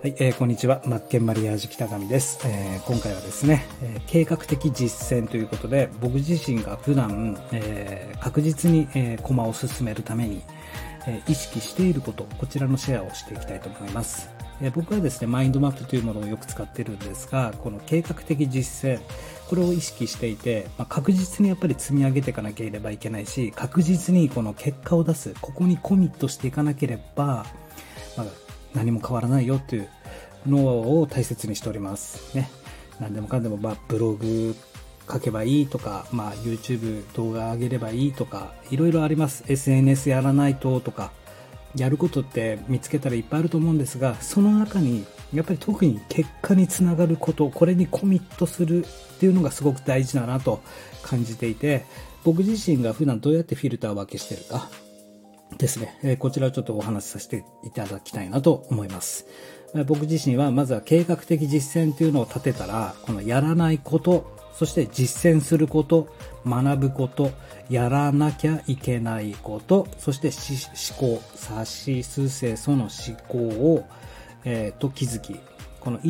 はい、こんにちは。マッケンマリアージュ北上です。今回はですね、計画的実践ということで、僕自身が普段、確実に、駒を進めるために、意識していること、こちらのシェアをしていきたいと思います。僕はですね、マインドマップというものをよく使っているんですが、この計画的実践、これを意識していて、確実にやっぱり積み上げていかなければいけないし、確実にこの結果を出す、ここにコミットしていかなければ、何も変わらないよというのを大切にしておりますね。何でもかんでもブログ書けばいいとか、YouTube 動画上げればいいとか、いろいろあります。SNS やらないととか、やることって見つけたらいっぱいあると思うんですが、その中にやっぱり特に結果につながること、これにコミットするっていうのがすごく大事だなと感じていて、僕自身が普段どうやってフィルター分けしてるかですね、こちらをちょっとお話しさせていただきたいなと思います。僕自身はまずは計画的実践というのを立てたら、このやらないこと、そして実践すること、学ぶこと、やらなきゃいけないこと、そして思考、さしすせその思考を、気づき、この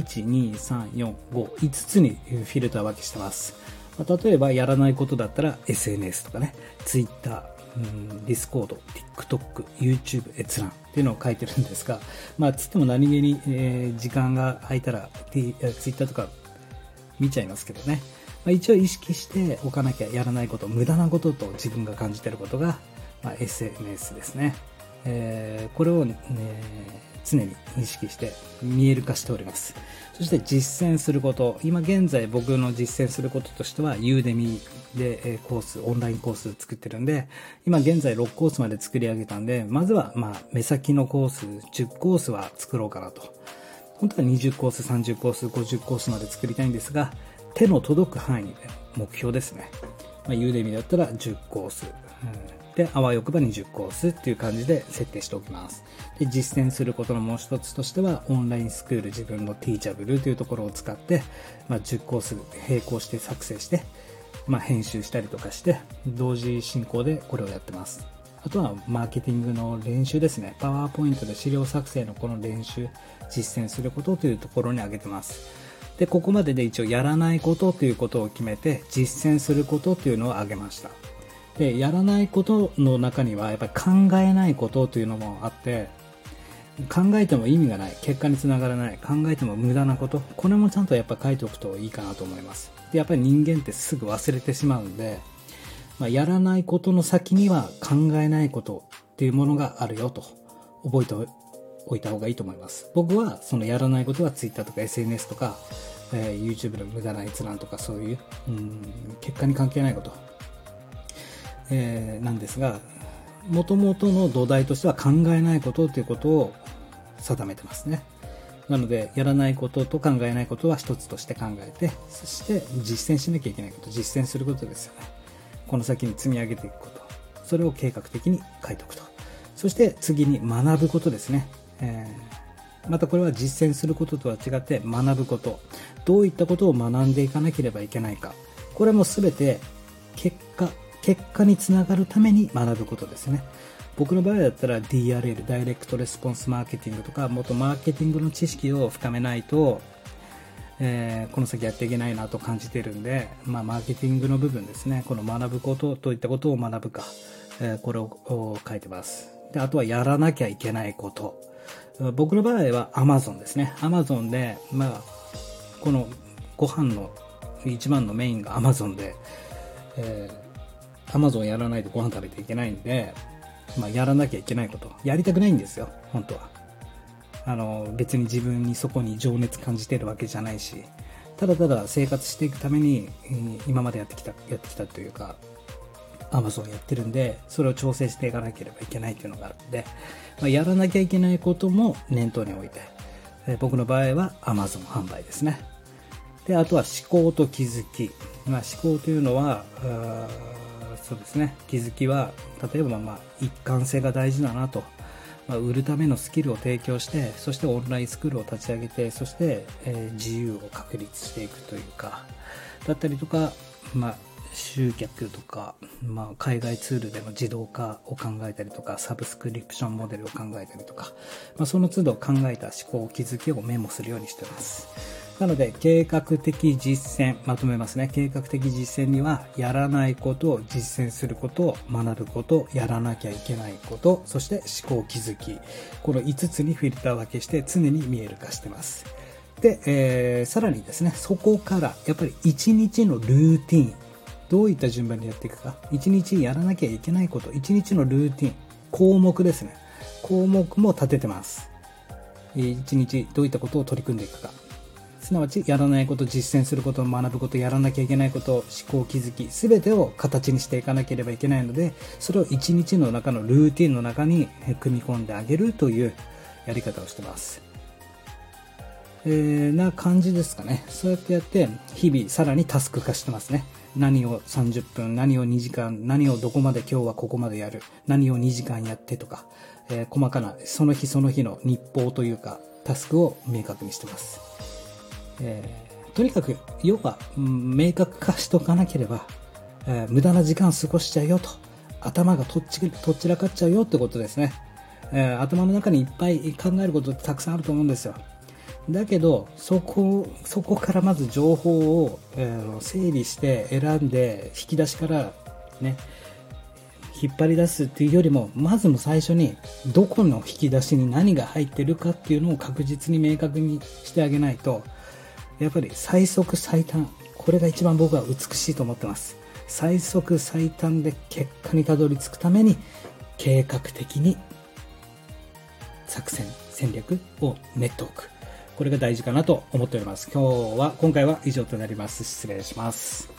1、2、3、4、5、5つにフィルター分けしてます。例えばやらないことだったら SNS とかね、Twitter、ディスコード、TikTok、YouTube 閲覧っていうのを書いてるんですが、つっても何気に、時間が空いたら、Twitter とか見ちゃいますけどね。一応意識しておかなきゃやらないこと、無駄なことと自分が感じていることが、SNS ですね。これを、常に意識して見える化しております。そして実践すること、今現在僕の実践することとしては、ユーデミでオンラインコース作ってるんで、今現在6コースまで作り上げたんで、まずは目先のコース、10コースは作ろうかなと。本当は20コース、30コース、50コースまで作りたいんですが、手の届く範囲で目標ですね。ユーデミだったら10コース。で、あわよくば20コースっていう感じで設定しておきます。で、実践することのもう一つとしては、オンラインスクール自分のティーチャブルというところを使って、10コース並行して作成して、編集したりとかして、同時進行でこれをやってます。あとは、マーケティングの練習ですね。パワーポイントで資料作成のこの練習、実践することというところに挙げてます。で、ここまでで一応やらないことということを決めて、実践することというのを挙げました。で、やらないことの中にはやっぱり考えないことというのもあって、考えても意味がない、結果につながらない、考えても無駄なこと、これもちゃんとやっぱ書いておくといいかなと思います。で、やっぱり人間ってすぐ忘れてしまうんで、やらないことの先には考えないことっていうものがあるよと覚えておいた方がいいと思います。僕はそのやらないことは Twitter とか SNS とか、YouTube の無駄な閲覧とかそういう、結果に関係ないことなんですが、元々の土台としては考えないことということを定めてますね。なので、やらないことと考えないことは一つとして考えて、そして実践しなきゃいけないこと、実践することですよね。この先に積み上げていくこと。それを計画的に書いておくと。そして次に学ぶことですね。またこれは実践することとは違って学ぶこと。どういったことを学んでいかなければいけないか。これも全て結果につながるために学ぶことですね。僕の場合だったら DRL、ダイレクトレスポンスマーケティングとか、もっとマーケティングの知識を深めないと、この先やっていけないなと感じているんで、マーケティングの部分ですね。この学ぶこと、どういったことを学ぶか、これを書いてます。で、あとはやらなきゃいけないこと。僕の場合は Amazon ですね。Amazon で、このご飯の一番のメインが Amazon で、Amazon やらないとご飯食べていけないんで、やらなきゃいけないこと。やりたくないんですよ、本当は。別に自分にそこに情熱感じてるわけじゃないし、ただただ生活していくために、今までやってきたというか、Amazon やってるんで、それを調整していかなければいけないというのがあるんで、やらなきゃいけないことも念頭に置いて、僕の場合は Amazon 販売ですね。で、あとは思考と気づき。思考というのは、そうですね、気づきは、例えば一貫性が大事だなと。売るためのスキルを提供して、そしてオンラインスクールを立ち上げて、そして、自由を確立していくというか、だったりとか、 集客とか、海外ツールでの自動化を考えたりとか、サブスクリプションモデルを考えたりとか、その都度考えた思考気づきをメモするようにしています。なので、計画的実践、まとめますね。計画的実践には、やらないことを実践すること、学ぶこと、やらなきゃいけないこと、そして思考気づき。この5つにフィルター分けして常に見える化してます。で、さらにですね、そこからやっぱり1日のルーティン、どういった順番でやっていくか、1日やらなきゃいけないこと、1日のルーティン、項目ですね。項目も立ててます。1日どういったことを取り組んでいくか。すなわち、やらないこと、実践すること、学ぶこと、やらなきゃいけないこと、思考気づき、すべてを形にしていかなければいけないので、それを1日の中のルーティンの中に組み込んであげるというやり方をしてます。な感じですかね。そうやってやって、日々さらにタスク化してますね。何を30分、何を2時間、何をどこまで今日はここまでやる、何を2時間やってとか、細かなその日その日の日報というか、タスクを明確にしてます。とにかく、要は、明確化しとかなければ、無駄な時間過ごしちゃうよと。頭がとっちらかっちゃうよってことですね。頭の中にいっぱい考えることってたくさんあると思うんですよ。だけど、そこからまず情報を、整理して選んで、引き出しからね、引っ張り出すっていうよりも、まずも最初に、どこの引き出しに何が入ってるかっていうのを確実に明確にしてあげないと、やっぱり最速最短、これが一番僕は美しいと思ってます。最速最短で結果にたどり着くために、計画的に作戦、戦略を練っておく。これが大事かなと思っております。今回は以上となります。失礼します。